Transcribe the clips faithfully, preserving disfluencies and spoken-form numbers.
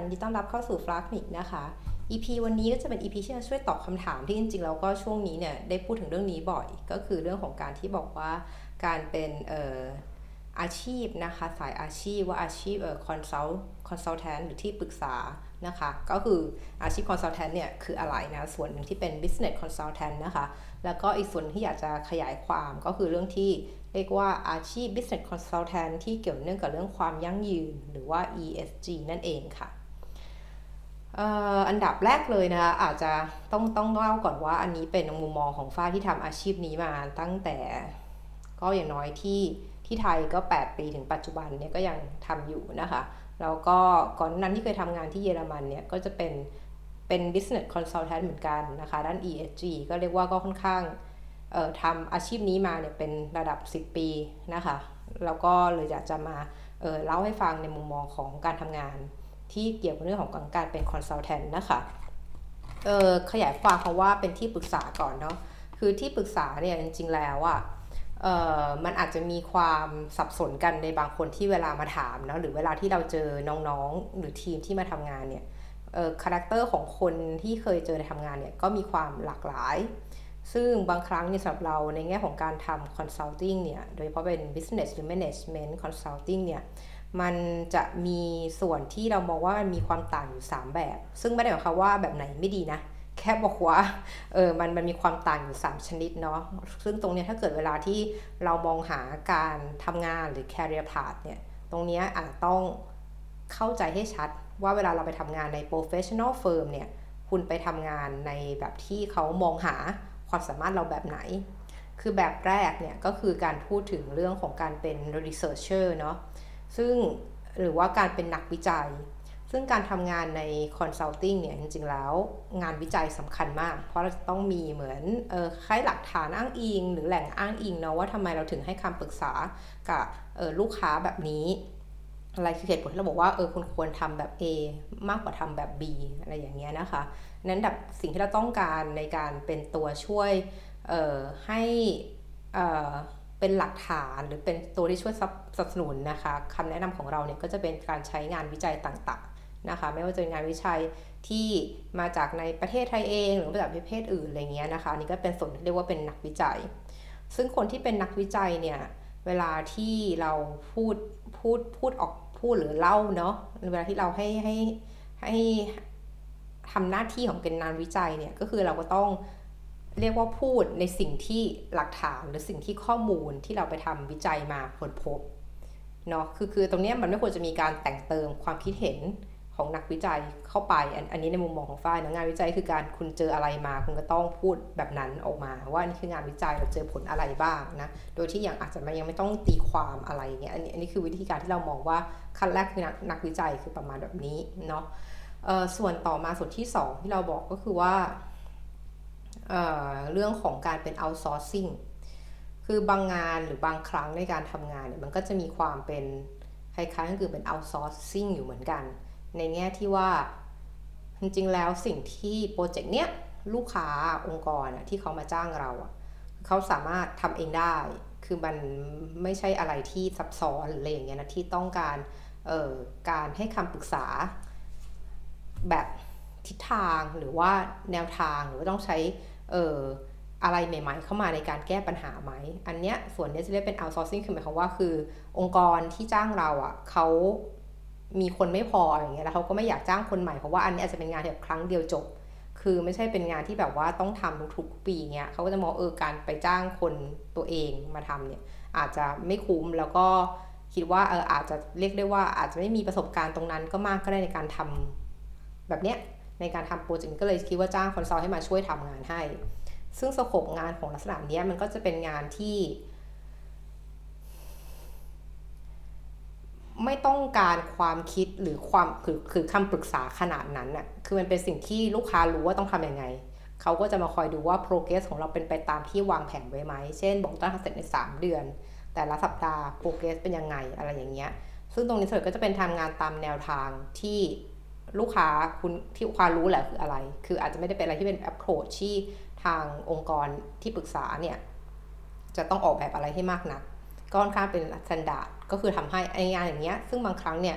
ยินดีต้อนรับเข้าสู่ Flaxnic นะคะ อี พี วันนี้ก็จะเป็น อี พี ที่จะช่วยตอบคำถามที่จริงๆแล้วก็ช่วงนี้เนี่ยได้พูดถึงเรื่องนี้บ่อยก็คือเรื่องของการที่บอกว่าการเป็นเอ่ออาชีพนะคะสายอาชีพว่าอาชีพเอ่อ consult consultant หรือที่ปรึกษานะคะก็คืออาชีพ consultant เนี่ยคืออะไรนะส่วนหนึ่งที่เป็น business consultant นะคะแล้วก็อีกส่วนที่อยากจะขยายความก็คือเรื่องที่เรียกว่าอาชีพ business consultant ที่เกี่ยวเนื่องกับเรื่องความยั่งยืนหรือว่า อี เอส จี นั่นเองค่ะอันดับแรกเลยนะคะอาจจะต้องต้องเล่าก่อนว่าอันนี้เป็นมุมมองของฝ้ายที่ทำอาชีพนี้มาตั้งแต่ก็อย่างน้อยที่ที่ไทยก็แปดปีถึงปัจจุบันเนี่ยก็ยังทำอยู่นะคะแล้วก็ก่อนนั้นที่เคยทำงานที่เยอรมันเนี่ยก็จะเป็นเป็น business consultant เหมือนกันนะคะด้าน อี เอส จี ก็เรียกว่าก็ค่อนข้างเอ่อทำอาชีพนี้มาเนี่ยเป็นระดับสิบปีนะคะแล้วก็เลยอยากจะมาเอ่อเล่าให้ฟังในมุมมองของการทำงานที่เกี่ยวกับเรื่องของการเป็น consultant นะคะเอ่อขยายความคำว่าเป็นที่ปรึกษาก่อนเนาะคือที่ปรึกษาเนี่ยจริงๆแล้วอะเอ่อมันอาจจะมีความสับสนกันในบางคนที่เวลามาถามเนาะหรือเวลาที่เราเจอน้องๆหรือทีมที่มาทำงานเนี่ยเอ่อคาแรคเตอร์ของคนที่เคยเจอในทำงานเนี่ยก็มีความหลากหลายซึ่งบางครั้งเนี่ยสำหรับเราในแง่ของการทำ consulting เนี่ยโดยเฉพาะเป็น business หรือ management consulting เนี่ยมันจะมีส่วนที่เรามองว่ามันมีความต่างอยู่สามแบบซึ่งไม่ได้หมายความว่าแบบไหนไม่ดีนะแค่บอกว่าเออมันมันมีความต่างอยู่สามชนิดเนาะซึ่งตรงนี้ถ้าเกิดเวลาที่เรามองหาการทำงานหรือ career path เนี่ยตรงนี้อาจต้องเข้าใจให้ชัดว่าเวลาเราไปทำงานใน professional firm เนี่ยคุณไปทำงานในแบบที่เขามองหาความสามารถเราแบบไหนคือแบบแรกเนี่ยก็คือการพูดถึงเรื่องของการเป็น researcher เนาะซึ่งหรือว่าการเป็นนักวิจัยซึ่งการทำงานใน consulting เนี่ยจริงๆแล้วงานวิจัยสำคัญมากเพราะเราจะต้องมีเหมือนเออคล้ายหลักฐานอ้างอิงหรือแหล่งอ้างอิงเนาะว่าทำไมเราถึงให้คำปรึกษากับเออลูกค้าแบบนี้อะไรคือเหตุผลที่เราบอกว่าเออคุณควรทำแบบ A มากกว่าทำแบบ B อะไรอย่างเงี้ยนะคะนั้นแบบสิ่งที่เราต้องการในการเป็นตัวช่วยเอ่อให้เอ่อเป็นหลักฐานหรือเป็นตัวที่ช่วยสนับสนุนนะคะคำแนะนำของเราเนี่ยก็จะเป็นการใช้งานวิจัยต่างๆนะคะไม่ว่าจะเป็นงานวิจัยที่มาจากในประเทศไทยเองหรือมาจากประเทศอื่นอะไรเงี้ยนะคะนี่ก็เป็นส่วนที่เรียกว่าเป็นนักวิจัยซึ่งคนที่เป็นนักวิจัยเนี่ยเวลาที่เราพูดพูดพูดออกพูดหรือเล่าเนาะเวลาที่เราให้ให้ให้ทำหน้าที่ของเป็นงานวิจัยเนี่ยก็คือเราก็ต้องเรียกว่าพูดในสิ่งที่หลักฐานหรือสิ่งที่ข้อมูลที่เราไปทำวิจัยมาค้นพบเนาะคือคือตรงนี้มันไม่ควรจะมีการแต่งเติมความคิดเห็นของนักวิจัยเข้าไปอันอันนี้ในมุมมองของฝ้ายนะงานวิจัยคือการคุณเจออะไรมาคุณก็ต้องพูดแบบนั้นออกมาว่านี่คืองานวิจัยเราเจอผลอะไรบ้างนะโดยที่ยังอาจจะยังไม่ต้องตีความอะไรเงี้ยอันนี้อันนี้คือวิธีการที่เรามองว่าขั้นแรกคือนักนักวิจัยคือประมาณแบบนี้เนาะส่วนต่อมาส่วนที่สองที่เราบอกก็คือว่าเ, เรื่องของการเป็น outsourcing คือบางงานหรือบางครั้งในการทำงานเนี่ยมันก็จะมีความเป็นคล้ายๆก็คือเป็น outsourcing อยู่เหมือนกันในแง่ที่ว่าจริงๆแล้วสิ่งที่โปรเจกต์เนี้ยลูกค้าองค์กรที่เขามาจ้างเราเขาสามารถทำเองได้คือมันไม่ใช่อะไรที่ซับซ้อนหรืออะไรอย่างเงี้ยนะที่ต้องการเอ่อการให้คำปรึกษาแบบทิศทางหรือว่าแนวทางหรือว่าต้องใช้เอ่ออะไรใหม่ๆเข้ามาในการแก้ปัญหาไหมอันเนี้ยส่วนนี้จะเรียกเป็น outsourcing คือหมายความว่าคือองค์กรที่จ้างเราอ่ะเขามีคนไม่พออย่างเงี้ยแล้วเขาก็ไม่อยากจ้างคนใหม่เพราะว่าอันนี้อาจจะเป็นงานแบบครั้งเดียวจบคือไม่ใช่เป็นงานที่แบบว่าต้องทำทุกๆปีเงี้ยเขาก็จะมองเออการไปจ้างคนตัวเองมาทำเนี่ยอาจจะไม่คุ้มแล้วก็คิดว่าเอออาจจะเรียกได้ว่าอาจจะไม่มีประสบการณ์ตรงนั้นก็มากก็ได้ในการทำแบบเนี้ยในการทำโปรเจกต์ก็เลยคิดว่าจ้างคอนซัลท์ให้มาช่วยทำงานให้ซึ่งสโคปงานของลักษณะนี้มันก็จะเป็นงานที่ไม่ต้องการความคิดหรือความคือคือคำปรึกษาขนาดนั้นน่ะคือมันเป็นสิ่งที่ลูกค้ารู้ว่าต้องทำยังไงเขาก็จะมาคอยดูว่า progress ของเราเป็นไปตามที่วางแผนไว้ไหมเช่นบอกต้องทำเสร็จในสามเดือนแต่ละสัปดาห์ progress เป็นยังไงอะไรอย่างเงี้ยซึ่งตรงนี้ส่วนก็จะเป็นทำงานตามแนวทางที่ลูกค้าคุณที่ลูกค้ารู้แหละคืออะไรคืออาจจะไม่ได้เป็นอะไรที่เป็น approach ที่ทางองค์กรที่ปรึกษาเนี่ยจะต้องออกแบบอะไรให้มากนักก็ค่อนข้างเป็น standard ก็คือทำให้ไองานอย่างเงี้ยซึ่งบางครั้งเนี่ย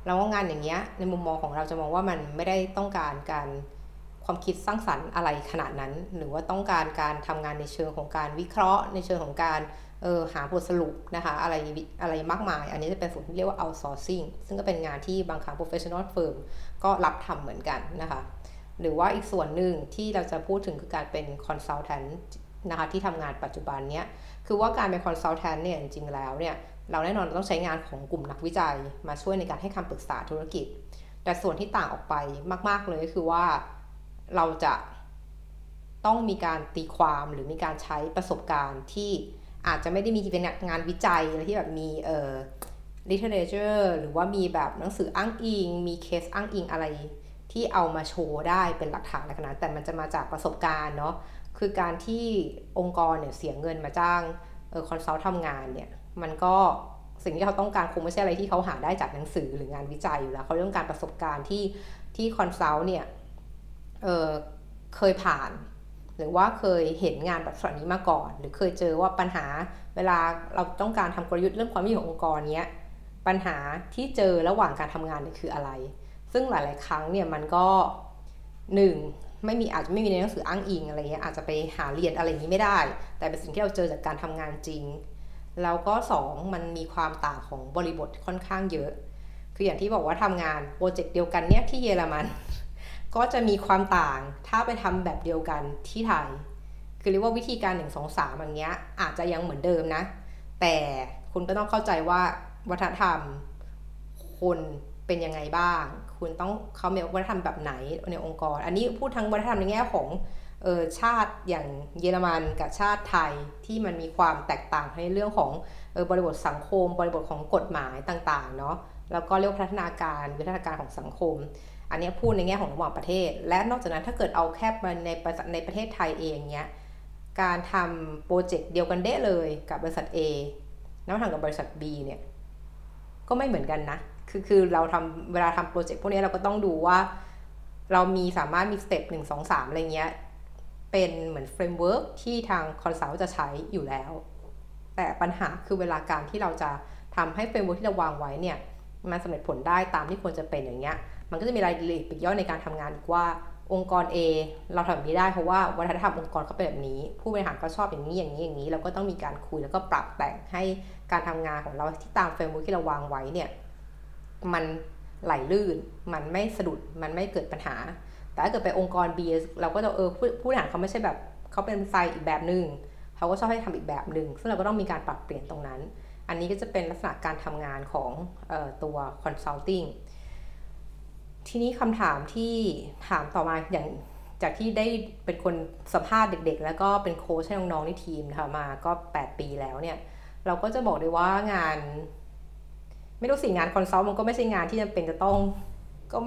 แล้วงานอย่างเงี้ยในมุมมองของเราจะมองว่ามันไม่ได้ต้องการการความคิดสร้างสรรค์อะไรขนาดนั้นหรือว่าต้องการการทำงานในเชิงของการวิเคราะห์ในเชิงของการเออหาบทสรุปนะคะอะไรอะไรมากมายอันนี้จะเป็นส่วนที่เรียกว่า outsourcing ซึ่งก็เป็นงานที่บางครั้ง professional firm ก็รับทำเหมือนกันนะคะหรือว่าอีกส่วนหนึ่งที่เราจะพูดถึงคือการเป็น consultant นะคะที่ทำงานปัจจุบันเนี้ยคือว่าการเป็น consultant เนี่ยจริงๆแล้วเนี่ยเราแน่นอนต้องใช้งานของกลุ่มนักวิจัยมาช่วยในการให้คำปรึกษาธุรกิจแต่ส่วนที่ต่างออกไปมากๆเลยคือว่าเราจะต้องมีการตีความหรือมีการใช้ประสบการณ์ที่อาจจะไม่ได้มีเป็นงานวิจัยอะไรที่แบบมีเอ่อ literature หรือว่ามีแบบหนังสืออ้างอิงมีเคสอ้างอิงอะไรที่เอามาโชว์ได้เป็นหลักฐานอะไรขนาดนั้นแต่มันจะมาจากประสบการณ์เนาะคือการที่องค์กรเนี่ยเสียเงินมาจ้างเออคอนซัลท์ทำงานเนี่ยมันก็สิ่งที่เขาต้องการคงไม่ใช่อะไรที่เขาหาได้จากหนังสือหรืองานวิจัยอยู่แล้วเขาต้องการประสบการณ์ที่ที่คอนซัลท์เนี่ยเออเคยผ่านหรือว่าเคยเห็นงานแบบนี้มาก่อนหรือเคยเจอว่าปัญหาเวลาเราต้องการทำกลยุทธ์เรื่องความยั่งยืนขององค์กรเนี้ยปัญหาที่เจอระหว่างการทำงานเนี่ยคืออะไรซึ่งหลายๆครั้งเนี่ยมันก็หนึ่งไม่มีอาจจะไม่มีในหนังสืออ้างอิงอะไรเงี้ยอาจจะไปหาเรียนอะไรอย่างนี้ไม่ได้แต่เป็นสิ่งที่เราเจอจากการทำงานจริงแล้วก็สองมันมีความต่างของบริบทค่อนข้างเยอะคืออย่างที่บอกว่าทำงานโปรเจกต์เดียวกันเนี่ยที่เยอรมันก็จะมีความต่างถ้าไปทำแบบเดียวกันที่ไทยคือเรียกว่าวิธีการหนึ่ง สอง สามอย่างเงี้ยอาจจะยังเหมือนเดิมนะแต่คุณก็ต้องเข้าใจว่าวัฒนธรรมคนเป็นยังไงบ้างคุณต้องเขามีวัฒนธรรมแบบไหนในองค์กรอันนี้พูดทั้งวัฒนธรรมในแง่ของเออชาติอย่างเยอรมันกับชาติไทยที่มันมีความแตกต่างในเรื่องของเออบริบทสังคมบริบทของกฎหมายต่างๆเนาะแล้วก็เรื่องพัฒนาการวิวัฒนาการของสังคมอันนี้พูดในแง่ของระหว่างประเทศและนอกจากนั้นถ้าเกิดเอาแค่ในในประเทศไทยเองเนี้ยการทำโปรเจกต์เดียวกันเด้เลยกับบริษัท A แล้วทำกับบริษัท B เนี่ยก็ไม่เหมือนกันนะคือคือเราทำเวลาทำโปรเจกต์พวกนี้เราก็ต้องดูว่าเรามีสามารถมีสเต็ปหนึ่งสองสามอะไรเงี้ยเป็นเหมือนเฟรมเวิร์กที่ทางคอนซัลท์จะใช้อยู่แล้วแต่ปัญหาคือเวลาการที่เราจะทำให้เฟรมเวิร์กที่เราวางไว้เนี่ยมันสำเร็จผลได้ตามที่ควรจะเป็นอย่างเงี้ยมันก็จะมีรายละเอียดปลีกย่อยในการทำงานอีกว่าองค์กร A เราทำแบบนี้ได้เพราะว่าวัฒนธรรมองค์กรเขาเป็นแบบนี้ผู้บริหารก็ชอบอย่างนี้อย่างนี้อย่างนี้เราก็ต้องมีการคุยแล้วก็ปรับแต่งให้การทำงานของเราที่ตามเฟรมเวิร์กที่เราวางไว้เนี่ยมันไหลลื่นมันไม่สะดุดมันไม่เกิดปัญหาแต่ถ้าเกิดไปองค์กร B เราก็จะเออผู้บริหารเขาไม่ใช่แบบเขาเป็นสไตล์อีกแบบนึงเขาก็ชอบให้ทำอีกแบบนึงซึ่งเราก็ต้องมีการปรับเปลี่ยนตรงนั้นอันนี้ก็จะเป็นลักษณะการทำงานของเอ่อตัว consulting ทีนี้คำถามที่ถามต่อมาอย่างจากที่ได้เป็นคนสัมภาษณ์เด็กๆแล้วก็เป็นโค้ชให้น้องๆในทีมนะคะมาก็แปดปีแล้วเนี่ยเราก็จะบอกได้ว่างานไม่รู้สิงานคอนซัลท์มันก็ไม่ใช่งานที่จำเป็นจะต้องก็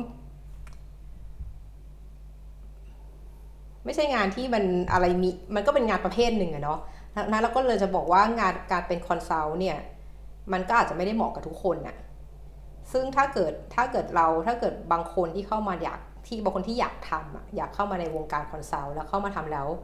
ไม่ใช่งานที่มันอะไรมีมันก็เป็นงานประเภทหนึ่งอะเนาะนะแล้วก็เลยจะบอกว่างานการเป็นคอนซัลท์เนี่ยมันก็อาจจะไม่ได้เหมาะกับทุกคนน่ะซึ่งถ้าเกิดถ้าเกิดเราถ้าเกิดบางคนที่เข้ามาอยากที่บางคนที่อยากทำอะอยากเข้ามาในวงการคอนซัลท์แล้วเข้ามาทำแล้ว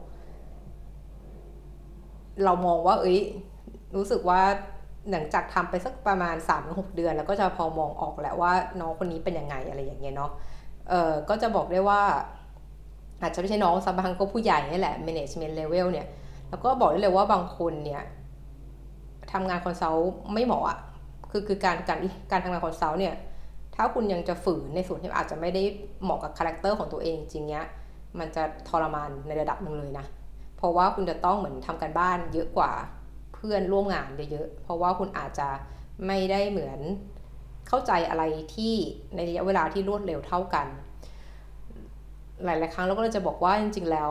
เรามองว่าเอ้ยรู้สึกว่าหลังจากทำไปสักประมาณ สามถึงหก เดือนแล้วก็จะพอมองออกแหละว่าน้องคนนี้เป็นยังไงอะไรอย่างเงี้ยเนาะเออก็จะบอกได้ว่าอาจจะไม่ใช่น้องสักบางก็ผู้ใหญ่นี่แหละ management level เนี่ยแล้วก็บอกได้เลยว่าบางคนเนี่ยทำงานคอนซัลท์ไม่เหมาะอ่ะคือคือการการการทำงานคอนซัลท์เนี่ยถ้าคุณยังจะฝืนในส่วนที่อาจจะไม่ได้เหมาะกับคาแรคเตอร์ของตัวเองจริงเนี้ยมันจะทรมานในระดับหนึ่งเลยนะเพราะว่าคุณจะต้องเหมือนทำการบ้านเยอะกว่าเพื่อนร่วมงานเยอะๆเพราะว่าคุณอาจจะไม่ได้เหมือนเข้าใจอะไรที่ในระยะเวลาที่รวดเร็วเท่ากันหลายๆครั้งเราก็เลยจะบอกว่าจริงๆแล้ว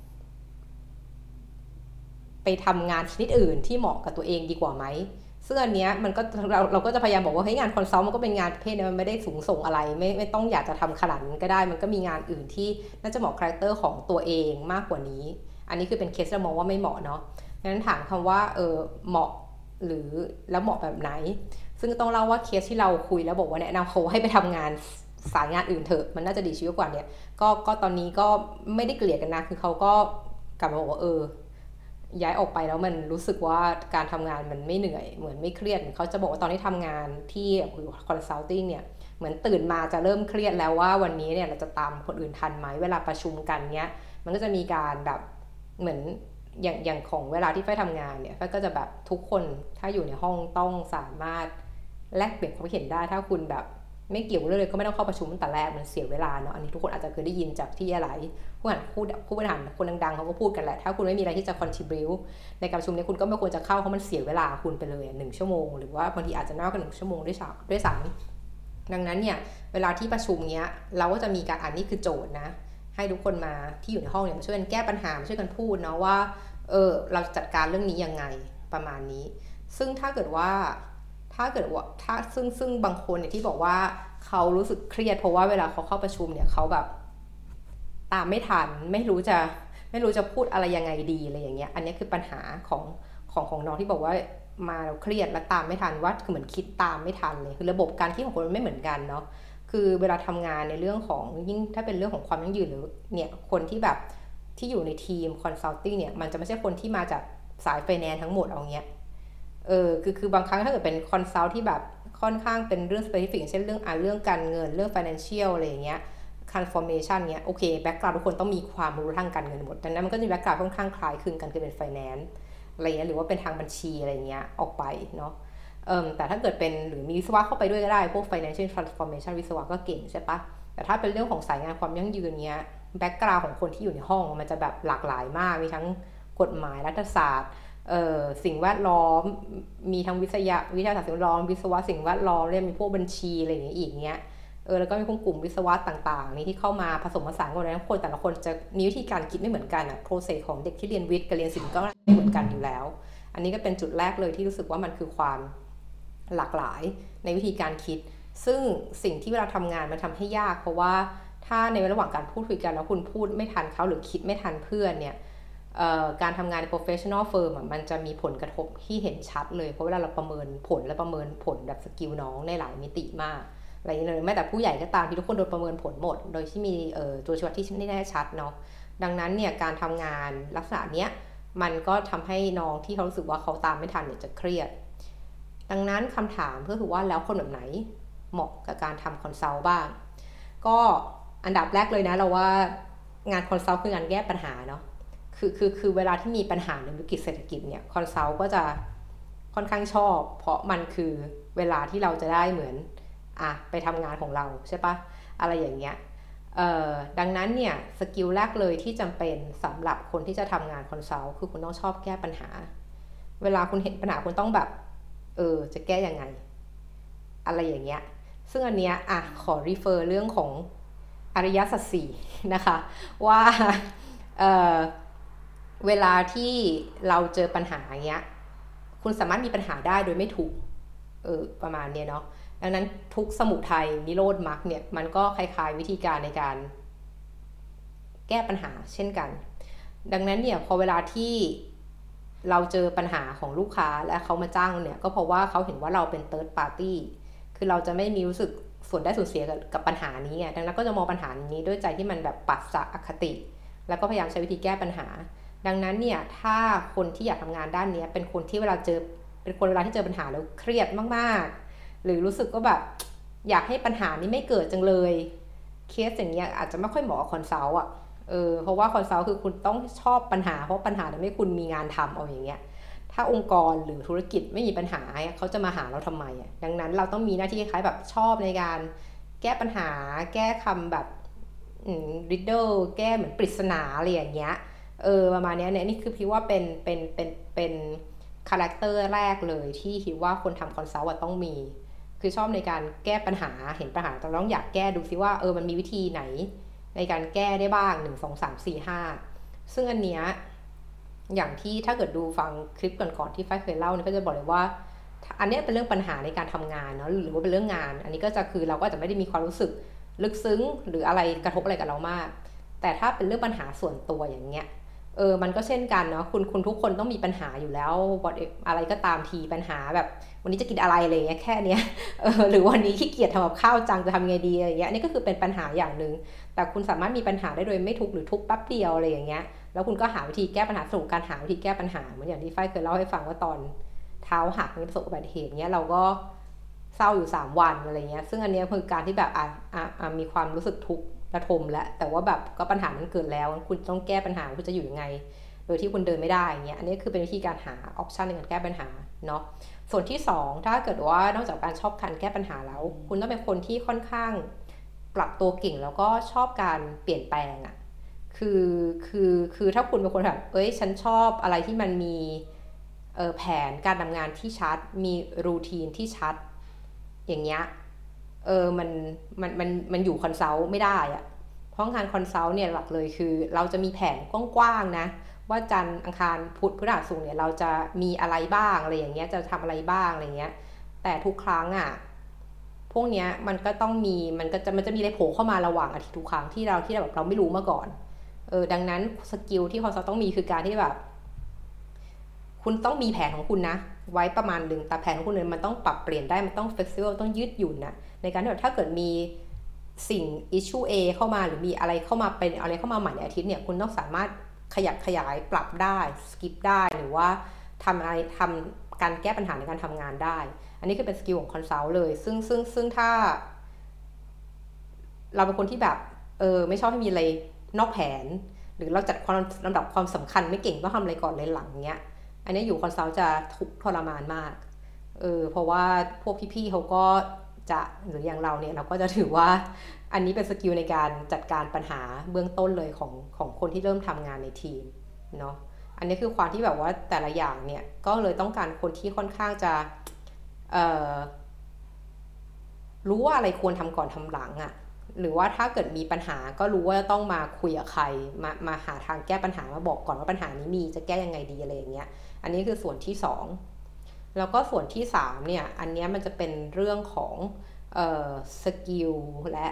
ไปทำงานชนิดอื่นที่เหมาะกับตัวเองดีกว่าไหมซึ่งอันเนี้ยมันก็เราเราก็จะพยายามบอกว่าเฮ้ยงานคอนซัลท์มันก็เป็นงานประเภทนี้มันไม่ได้สูงส่งอะไรไม่ไม่ต้องอยากจะทำขนาดนั้นก็ได้มันก็มีงานอื่นที่น่าจะเหมาะคาแรคเตอร์ของตัวเองมากกว่านี้อันนี้คือเป็นเคสที่เรามองว่าไม่เหมาะเนาะดังนั้นถามคำว่าเออเหมาะหรือแล้วเหมาะแบบไหนซึ่งต้องเล่าว่าเคสที่เราคุยแล้วบอกว่าแนะนำเขาให้ไปทำงานสายงานอื่นเถอะมันน่าจะดีชีวิตกว่าเนี่ยก็ก็ตอนนี้ก็ไม่ได้เกลียดกันนะคือเขาก็กลับมาบอกว่าเออย้ายออกไปแล้วมันรู้สึกว่าการทำงานมันไม่เหนื่อยเหมือนไม่เครียดเขาจะบอกว่าตอนที่ทำงานที่คอนซัลทิงเนี่ยเหเหมือนตื่นมาจะเริ่มเครียดแล้วว่าวันนี้เนี่ยเราจะตามคนอื่นทันไหมเวลาประชุมกันเนี้ยมันก็จะมีการแบบเหมือนอย่างอย่างของเวลาที่ไฟทำงานเนี่ยไฟก็จะแบบทุกคนถ้าอยู่ในห้องต้องสามารถแลกเปลี่ยนความเห็นได้ถ้าคุณแบบไม่เกี่ยวเลยก็ไม่ต้องเข้าประชุมตั้งแต่แรกมันเสียเวลาเนาะอันนี้ทุกคนอาจจะเคยได้ยินจากที่อะไรผู้บริหารผู้ผู้บริหารคนดังๆเขาก็พูดกันแหละถ้าคุณไม่มีอะไรที่จะ contribute ในการประชุมนี้คุณก็ไม่ควรจะเข้าเพราะมันเสียเวลาคุณไปเลยหนึ่งชั่วโมงหรือว่าบางทีอาจจะน้อยกว่าหนึ่งชั่วโมงด้วยซ้ำด้วยซ้ำดังนั้นเนี่ยเวลาที่ประชุมเนี้ยเราก็จะมีการอ่านนี่คือโจทย์นะให้ทุกคนมาที่อยู่ในห้องเนี่ยมาช่วยกันแก้ปัญหามาช่วยกันพูดเนาะว่าเออเราจัดการเรื่องนี้ยังไงประมาณนี้ซึ่งถ้าเกิดว่าถ้าเกิดว่าถ้าซึ่งซึ่งบางคนเนี่ยที่บอกว่าเขารู้สึกเครียดเพราะว่าเวลาเขาเข้าประชุมเนี่ยเขาแบบตามไม่ทันไม่รู้จะไม่รู้จะพูดอะไรยังไงดีอะไรอย่างเงี้ยอันนี้คือปัญหาของของของน้องที่บอกว่ามาแล้วเครียดและตามไม่ทันว่าคือเหมือนคิดตามไม่ทันเลยคือระบบการคิดของคนมันไม่เหมือนกันเนาะคือเวลาทำงานในเรื่องของยิ่งถ้าเป็นเรื่องของความยั่งยืนหรือเนี่ยคนที่แบบที่อยู่ในทีมคอนซัลทิงเนี่ยมันจะไม่ใช่คนที่มาจากสายไฟแนนซ์ทั้งหมดเอาเงี้ยเออคือคือบางครั้งถ้าเกิดเป็นคอนซัลท์ที่แบบค่อนข้างเป็นเรื่อง specific เช่นเรื่องอ่าเรื่องการเงินเรื่อง financial อะไรอย่างเงี้ย transformation เงี้ยโอเคแบ็คกราวด์ทุกคนต้องมีความรู้ทางการเงินหมดดังนั้นมันก็จะมีแบ็คกราวด์ค่อนข้างคล้ายคลึงกันคือเป็น finance อะไรเงี้ยหรือว่าเป็นทางบัญชีอะไรเงี้ยออกไปเนาะเอ่อแต่ถ้าเกิดเป็นหรือมีวิศวะเข้าไปด้วยก็ได้พวก financial transformation วิศวะก็เก่งใช่ปะแต่ถ้าเป็นเรื่องของสายงานความยั่งยืนเงี้ยแบ็คกราวด์ของคนที่อยู่ในห้องมันจะแบบหลากหลายมากมีทั้งกฎหมายรัฐศาสตร์เอ่อสิ่งแวดล้อมมีทั้งวิทยาวิทยาศาสตร์สิ่งแวดล้อมวิศวะสิ่งแวดล้อมเรียกมีพวกบัญชีอะไรอย่างเงี้ยอีกเงี้ยเออแล้วก็มีพวกกลุ่มวิศวะต่างๆนี่ที่เข้ามาผสมผสานกันแล้วคนแต่ละคนจะมีวิธีการคิดไม่เหมือนกันอะ process ของเด็กที่เรียนวิทย์กับเรียนศิลป์ก็ไม่เหมือนกันอยู่แล้วอันนี้ก็เป็นจุดแรกเลยที่รู้สึกว่ามันคือความหลากหลายในวิธีการคิดซึ่งสิ่งที่เวลาทำงานมันทำให้ยากเพราะว่าถ้าในระหว่างการพูดคุยกันแล้วคุณพูดไม่ทันเขาหรือคิดไม่ทันเพื่อนเนี่ยการทำงานใน professional firm มันจะมีผลกระทบที่เห็นชัดเลยเพราะเวลาเราประเมินผลและประเมินผลแบบสกิลน้องในหลายมิติมากอะไรอย่างเงี้ยเลยแม้แต่ผู้ใหญ่ก็ตามที่ทุกคนโดนประเมินผลหมดโดยที่มีตัวชี้วัดที่ไม่แน่ชัดเนาะดังนั้นเนี่ยการทำงานลักษณะเนี้ยมันก็ทำให้น้องที่เขารู้สึกว่าเขาตามไม่ทันเนี่ยจะเครียดดังนั้นคำถามก็คือว่าแล้วคนแบบไหนเหมาะกับการทำคอนซัลท์บ้างก็อันดับแรกเลยนะเราว่างานคอนซัลท์คืองานแก้ปัญหาเนาะคือคือคือเวลาที่มีปัญหาในวิกฤตเศรษฐกิจเนี่ยคอนซัลท์ก็จะค่อนข้างชอบเพราะมันคือเวลาที่เราจะได้เหมือนอ่ะไปทำงานของเราใช่ปะอะไรอย่างเงี้ยเอ่อดังนั้นเนี่ยสกิลแรกเลยที่จำเป็นสำหรับคนที่จะทำงานคอนซัลท์คือคุณต้องชอบแก้ปัญหาเวลาคุณเห็นปัญหาคุณต้องแบบเออจะแก้ยังไงอะไรอย่างเงี้ยซึ่งอันเนี้ยอ่ะขอรีเฟอร์เรื่องของอริยสัจสี่นะคะว่าเอ่อเวลาที่เราเจอปัญหาอย่างเงี้ยคุณสามารถมีปัญหาได้โดยไม่ถูกเออประมาณเนี้ยเนาะดังนั้นทุกสมุทัยนิโรธมรรคเนี่ยมันก็คล้ายๆวิธีการในการแก้ปัญหาเช่นกันดังนั้นเนี่ยพอเวลาที่เราเจอปัญหาของลูกค้าและเขามาจ้างเนี่ยก็เพราะว่าเขาเห็นว่าเราเป็น third party คือเราจะไม่มีรู้สึกส่วนได้ส่วนเสียกับปัญหานี้ไงดังนั้นก็จะมองปัญหานี้ด้วยใจที่มันแบบปราศจากอคติแล้วก็พยายามใช้วิธีแก้ปัญหาดังนั้นเนี่ยถ้าคนที่อยากทำงานด้านนี้เป็นคนที่เวลาเจอเป็นคนเวลาที่เจอปัญหาแล้วเครียดมากๆหรือรู้สึกว่าแบบอยากให้ปัญหานี้ไม่เกิดจังเลยเคสอย่างเงี้ยอาจจะไม่ค่อยเหมาะกับคอนซัลท์อ่ะเออเพราะว่าคอนซัลท์คือคุณต้องชอบปัญหาเพราะปัญหาทำให้คุณมีงานทำเอาอย่างเงี้ยถ้าองค์กรหรือธุรกิจไม่มีปัญหาเขาจะมาหาเราทำไมอ่ะดังนั้นเราต้องมีหน้าที่คล้ายแบบชอบในการแก้ปัญหาแก้คำแบบริดเดิลแก้เหมือนปริศนาอะไรอย่างเงี้ยเออประมาณนี้เนี่ยนี่คือพี่ว่าเป็นเป็นเป็นเป็นคาแรคเตอร์แรกเลยที่คิดว่าคนทำคอนซัลท์ต้องมีคือชอบในการแก้ปัญหาเห็นปัญหาแต่ต้องอยากแก้ดูซิว่าเออมันมีวิธีไหนในการแก้ได้บ้างหนึ่ง สอง สาม สี่ ห้าซึ่งอันเนี้ยอย่างที่ถ้าเกิดดูฟังคลิปก่อนๆที่ฝ้ายเคยเล่าเนี่ยก็จะบอกเลยว่าอันนี้เป็นเรื่องปัญหาในการทำงานเนาะหรือว่าเป็นเรื่องงานอันนี้ก็จะคือเราก็จะไม่ได้มีความรู้สึกลึกซึ้งหรืออะไรกระทบอะไรกับเรามากแต่ถ้าเป็นเรื่องปัญหาส่วนตัวอย่างเงี้ยเออมันก็เช่นกันเนาะคุณคุณทุกคนต้องมีปัญหาอยู่แล้วอะไรก็ตามทีปัญหาแบบวันนี้จะกินอะไรอะไรเงี้ยแค่เนี้ยเออหรือวันนี้ขี้เกียจทำกับข้าวจังจะทำไงดีอะไรเงี้ยนี่ก็คือเป็นปัญหาอย่างนึงแต่คุณสามารถมีปัญหาได้โดยไม่ทุกข์หรือทุกข์แป๊บเดียวอะไรอย่างเงี้ยแล้วคุณก็หาวิธีแก้ปัญหาสรุปการหาวิธีแก้ปัญหาเหมือนอย่างที่ฝ้ายเคยเล่าให้ฟังว่าตอนเท้าหักในประสบอุบัติเหตุเนี้ยเราก็เศร้าอยู่สามวันอะไรเงี้ยซึ่งอันนี้คือการที่แบบอ่ะอ่ะอ่ะมีความรู้สึกทุกข์ระทมแล้วแต่ว่าแบบก็ปัญหามันเกิดแล้วคุณต้องแก้ปัญหาคุณจะอยู่ยังไงโดยที่คุณเดินไม่ได้เงี้ยอันนี้คือเป็นวิธีการหาออปชันในการแก้ปัญหาเนาะส่วนที่สองถ้าเกิดว่านอกจากการชอบการแก้ปัญหาแล้วคุณต้องเป็นคนที่ค่อนข้างปรับตัวเก่งแล้วก็ชอบการเปลี่ยนแปลงอะคือคือคือถ้าคุณเป็นคนแบบเอ้ยฉันชอบอะไรที่มันมีเออแผนการทำงานที่ชัดมีรูทีนที่ชัดอย่างเงี้ยเออมันมันมันมันอยู่คอนซัลท์ไม่ได้อะเพราะงานคอนซัลท์เนี่ยหลักเลยคือเราจะมีแผนกว้างๆนะว่าจันทร์อังคารพุธพฤหัสศุกร์เนี่ยเราจะมีอะไรบ้างอะไรอย่างเงี้ยจะทำอะไรบ้างอะไรเงี้ยแต่ทุกครั้งอ่ะพวกเนี้ยมันก็ต้องมีมันก็จะมันจะมีอะไรโผล่เข้ามาระหว่างอาทิตย์ทุกครั้งที่เราที่เราแบบเราไม่รู้มาก่อนเออดังนั้นสกิลที่คอนซัลท์ต้องมีคือการที่แบบคุณต้องมีแผนของคุณนะไว้ประมาณหนึ่งแต่แผนของคุณเนี่ยมันต้องปรับเปลี่ยนได้มันต้อง flexible ต้องยืดหยุ่นนะในการที่แบบถ้าเกิดมีสิ่ง issue A เข้ามาหรือมีอะไรเข้ามาเป็นอะไรเข้ามาใหม่ในอาทิตย์เนี่ยคุณต้องสามารถขยับขยายปรับได้ skip ได้หรือว่าทำอะไรทำการแก้ปัญหาในการทำงานได้อันนี้คือเป็นสกิลของคอนซัลท์เลยซึ่งซึ่งซึ่งถ้าเราเป็นคนที่แบบเออไม่ชอบให้มีอะไรนอกแผนหรือเราจัดความลำดับความสำคัญไม่เก่งต้องทำอะไรก่อนอะไรหลังเนี้ยอันนี้อยู่คอนซัลท์จะทุกข์ทรมานมากเออเพราะว่าพวกพี่ๆเขาก็จะหรืออย่างเราเนี่ยเราก็จะถือว่าอันนี้เป็นสกิลในการจัดการปัญหาเบื้องต้นเลยของของคนที่เริ่มทำงานในทีมเนาะอันนี้คือความที่แบบว่าแต่ละอย่างเนี่ยก็เลยต้องการคนที่ค่อนข้างจะเอ่อรู้ว่าอะไรควรทำก่อนทำหลังอะ่ะหรือว่าถ้าเกิดมีปัญหาก็รู้ว่าต้องมาคุยกับใครมามาหาทางแก้ปัญหามาบอกก่อนว่าปัญหานี้มีจะแก้ยังไงดีอะไรอย่างเงี้ยอันนี้คือส่วนที่สองแล้วก็ส่วนที่สามเนี่ยอันนี้มันจะเป็นเรื่องของเอ่อสกิลและ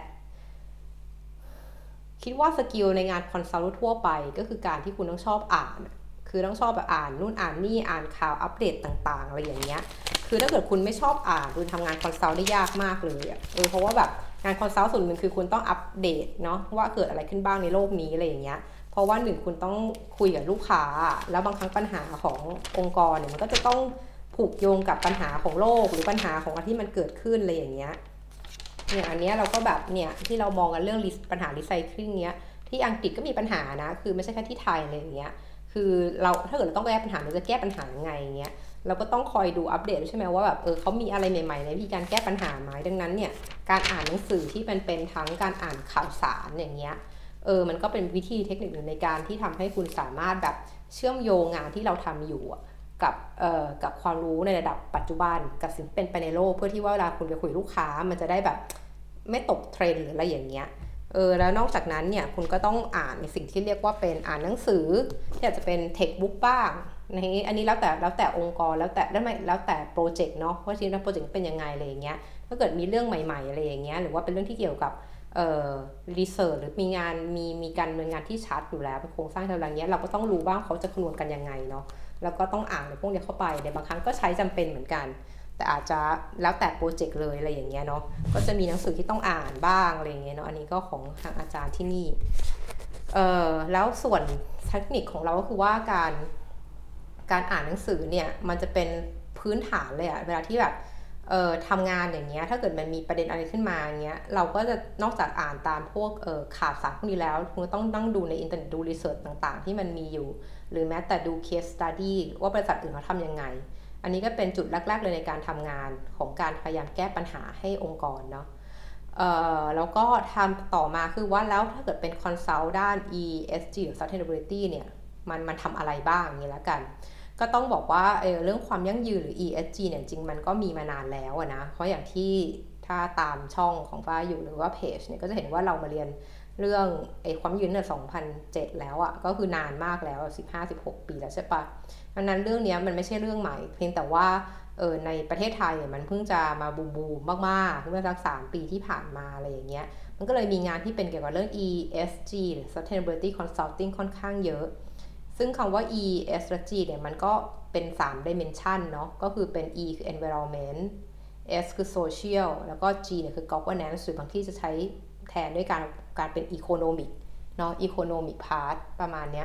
คิดว่าสกิลในงานคอนซัลท์ทั่วไปก็คือการที่คุณต้องชอบอ่านคือต้องชอบแบบอ่านนู่นอ่านนี่อ่านข่าวอัปเดตต่างๆอะไรอย่างเงี้ยคือถ้าเกิดคุณไม่ชอบอ่านคุณทำงานคอนซัลท์ได้ยากมากเลยอ่ะเออเพราะว่าแบบงานคอนซัลท์ส่วนหนึ่งคือคุณต้องอัปเดตเนาะว่าเกิดอะไรขึ้นบ้างในโลกนี้อะไรอย่างเงี้ยเพราะว่าหนึ่งคุณต้องคุยกับลูกค้าแล้วบางครั้งปัญหาขององค์กรเนี่ยมันก็จะต้องผูกโยงกับปัญหาของโลกหรือปัญหาของอะไรที่มันเกิดขึ้นอะไรอย่างเงี้ยอย่างอันเนี้ยเราก็แบบเนี่ยที่เรามองกันเรื่องปัญหารีไซเคิลเนี้ยที่อังกฤษก็มีปัญหานะคือไม่ใช่แค่ที่ไทยอะไรอย่างเงี้ยคือเราถ้าเกิดเราต้องแก้ปัญหาเราจะแก้ปัญหายังไงเงี้ยเราก็ต้องคอยดูอัปเดตใช่ไหมว่าแบบเออเขามีอะไรใหม่ๆในวิธีการแก้ปัญหาไหมดังนั้นเนี่ยการอ่านหนังสือที่มันเป็นทั้งการอ่านข่าวสารอย่างเงี้ยเออมันก็เป็นวิธีเทคนิคหนึ่งในการที่ทำให้คุณสามารถแบบเชื่อมโยงงานที่เราทำอยู่กับเอ่อกับความรู้ในระดับปัจจุบันกับสิ่งเป็นไปในโลกเพื่อที่ว่าเวลาคุณไปคุยลูกค้ามันจะได้แบบไม่ตกเทรนด์หรืออะไรอย่างเงี้ยเออแล้วนอกจากนั้นเนี่ยคุณก็ต้องอ่านในสิ่งที่เรียกว่าเป็นอ่านหนังสือที่อาจจะเป็นเทคบุ๊กบ้างในอันนี้แล้วแต่แล้วแต่องค์กรแล้วแต่แล้วไม่แล้วแต่โปรเจกต์เนาะว่าทีนั้นโปรเจกต์เป็นยังไงอะไรอย่างเงี้ยถ้าเกิดมีเรื่องใหม่ๆอะไรอย่างเงี้ยหรือว่าเป็นเรื่องที่เกี่ยวกับเอ่อรีเสิร์ชหรือมีงานมีมีการดำเนินงานที่ชัดอยู่แล้วเป็นโครงสร้างอะไรเงี้ยเราก็ต้องรู้ว่าเขาจะคำนวณกันยังไงเนาะแล้วก็ต้องอ่านในพวกนี้เข้าไปในบางครั้งก็ใช้จำเป็นเหมือนกันแต่อาจจะแล้วแต่โปรเจกต์เลยอะไรอย่างเงี้ยเนาะก็จะมีหนังสือที่ต้องอ่านบ้างอะไรอย่างเงี้ยเนาะอันนี้ก็ของทางอาจารย์ที่นี่เอ่อแล้วส่วนเทคนิคของเราก็คือว่าการการอ่านหนังสือเนี่ยมันจะเป็นพื้นฐานเลยอะเวลาที่แบบเอ่อทำงานอย่างเงี้ยถ้าเกิดมันมีประเด็นอะไรขึ้นมาอย่างเงี้ยเราก็จะนอกจากอ่านตามพวกเอ่อข่าวสารพวกนี้แล้วคุณต้องนั่งดูในอินเทอร์เน็ตดูรีเสิร์ชต่างๆที่มันมีอยู่หรือแม้แต่ดู case study ว่าบริษัทอื่นเขาทำยังไงอันนี้ก็เป็นจุดแรกๆเลยในการทำงานของการพยายามแก้ปัญหาให้องค์กรเนาะเอ่อแล้วก็ทำต่อมาคือว่าแล้วถ้าเกิดเป็นคอนซัลท์ด้าน อี เอส จี หรือ sustainability เนี่ยมันมันทำอะไรบ้างอย่างนี้แล้วกันก็ต้องบอกว่าเออเรื่องความยั่งยืนหรือ อี เอส จี เนี่ยจริงมันก็มีมานานแล้วนะเพราะอย่างที่ถ้าตามช่องของฟ้าอยู่หรือว่าเพจเนี่ยก็จะเห็นว่าเรามาเรียนเรื่องไอ้ความยืนเนี่ยสองพันเจ็ดแล้วอะ่ะก็คือนานมากแล้วสิบห้า สิบหกปีแล้วใช่ปะดังนั้นเรื่องนี้มันไม่ใช่เรื่องใหม่เพียงแต่ว่าเออในประเทศไทยเนี่ยมันเพิ่งจะมาบูมบูมมากๆเมื่อสักสามปีที่ผ่านมาอะไรอย่างเงี้ยมันก็เลยมีงานที่เป็นเกี่ยวกับเรื่อง อี เอส จี หรือ sustainability consulting ค่อนข้างเยอะซึ่งคำว่า E S และ G เนี่ยมันก็เป็นสาม dimension เนาะก็คือเป็น E คือ environment S คือ social แล้วก็ G เนี่ยคือ governance หรือบางที่จะใช้แทนด้วยการการเป็น economic เนาะ economic part ประมาณเนี้ย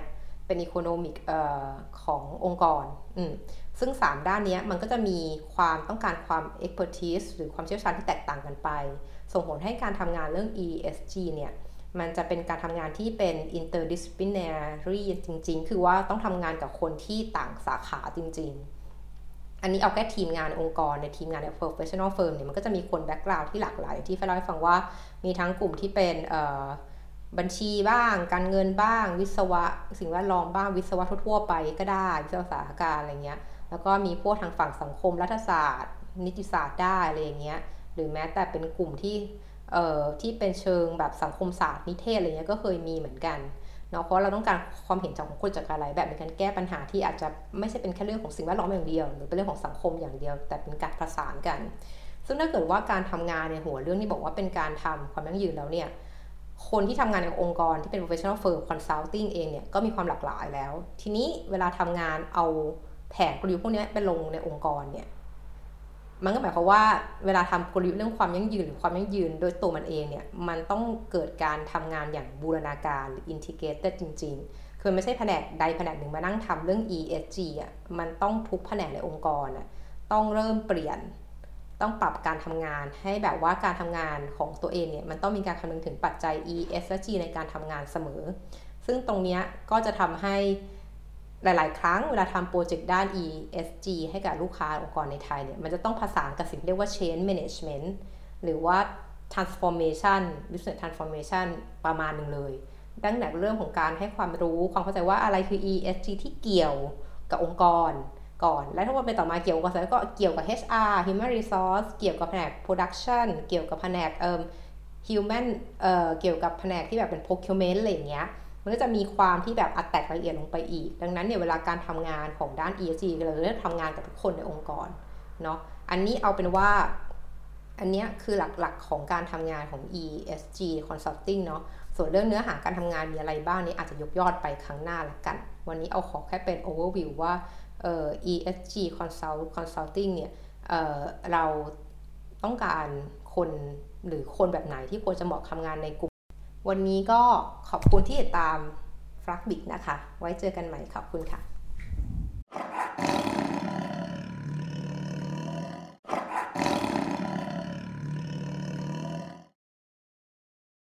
เป็นอีโคโนมิกเอ่อขององค์กรอืมซึ่งสามด้านนี้มันก็จะมีความต้องการความ expertise หรือความเชี่ยวชาญที่แตกต่างกันไปส่งผลให้การทำงานเรื่อง อี เอส จี เนี่ยมันจะเป็นการทำงานที่เป็น interdisciplinary จริงๆคือว่าต้องทำงานกับคนที่ต่างสาขาจริงๆอันนี้เอาแค่ทีมงานองค์กรในทีมงานใน professional firm เนี่ยมันก็จะมีคนแบ็กกราวด์ที่หลากหลายที่เล่าให้ฟังว่ามีทั้งกลุ่มที่เป็นบัญชีบ้างการเงินบ้างวิศวะสิ่งแวดล้อมบ้างวิศวะทั่วๆไปก็ได้วิศวะสาหการอะไรเงี้ยแล้วก็มีพวกทางฝั่งสังคมรัฐศาสตร์นิติศาสตร์ได้อะไรอย่างเงี้ยหรือแม้แต่เป็นกลุ่มที่เอ่อที่เป็นเชิงแบบสังคมศาสตร์นิเทศอะไรเงี้ยก็เคยมีเหมือนกันเนาะเพราะเราต้องการความเห็นจากคนจากหลายแบบในการแก้ปัญหาที่อาจจะไม่ใช่เป็นแค่เรื่องของสิ่งแวดล้อมอย่างเดียวหรือเป็นเรื่องของสังคมอย่างเดียวแต่เป็นการประสานกันซึ่งถ้าเกิดว่าการทำงานในหัวเรื่องนี้บอกว่าเป็นการทำความยั่งยืนแล้วเนี่ยคนที่ทำงานในองค์กรที่เป็น professional firm consulting เองเนี่ยก็มีความหลากหลายแล้วทีนี้เวลาทำงานเอาแผนกลยุทธ์พวกนี้ไปลงในองค์กรเนี่ยมันก็หมายความว่าเวลาทำกลยุทธ์เรื่องความยั่งยืนหรือความยั่งยืนโดยตัวมันเองเนี่ยมันต้องเกิดการทำงานอย่างบูรณาการหรือ integrated จริงๆคือไม่ใช่แผนกใดแผนกหนึ่งมานั่งทำเรื่อง อี เอส จี อ่ะมันต้องทุกแผนกในองค์กรอ่ะต้องเริ่มเปลี่ยนต้องปรับการทำงานให้แบบว่าการทำงานของตัวเองเนี่ยมันต้องมีการคำนึงถึงปัจจัย อี เอส และ G ในการทำงานเสมอซึ่งตรงนี้ก็จะทำให้หลายๆครั้งเวลาทำโปรเจกต์ด้าน อี เอส จี ให้กับลูกค้าองค์กรในไทยเนี่ยมันจะต้องผสานกับสิ่งเรียกว่า change management หรือว่า transformation business transformation ประมาณหนึ่งเลยดังนั้นเรื่องของการให้ความรู้ความเข้าใจว่าอะไรคือ อี เอส จี ที่เกี่ยวกับองค์กรก่อนและถ้าว่าเป็นต่อมาเกี่ยวกับอะไรก็เกี่ยวกับ เอช อาร์ Human Resource เกี่ยวกับแผนก Production เกี่ยวกับแผนกเอ่อ Human เอ่อเกี่ยวกับแผนกที่แบบเป็น Procurement อะไรอย่างเงี้ยมันก็จะมีความที่แบบอัดแตกรายละเอียดลงไปอีกดังนั้นเนี่ยเวลาการทำงานของด้าน อี เอส จี เราจะทำงานกับทุกคนในองค์กรเนาะอันนี้เอาเป็นว่าอันนี้คือหลักๆของการทำงานของ อี เอส จี Consulting เนาะส่วนเรื่องเนื้อหาการทำงานมีอะไรบ้างนี้อาจจะยกยอดไปครั้งหน้าละกันวันนี้เอาขอแค่เป็น overview ว่าเอ่อ อี เอส จี Consult Consulting เนี่ยเอ่อเราต้องการคนหรือคนแบบไหนที่ควรจะเหมาะทำงานในกลุ่มวันนี้ก็ขอบคุณที่ติดตาม Fragbic นะคะไว้เจอกันใหม่ขอบคุณค่ะ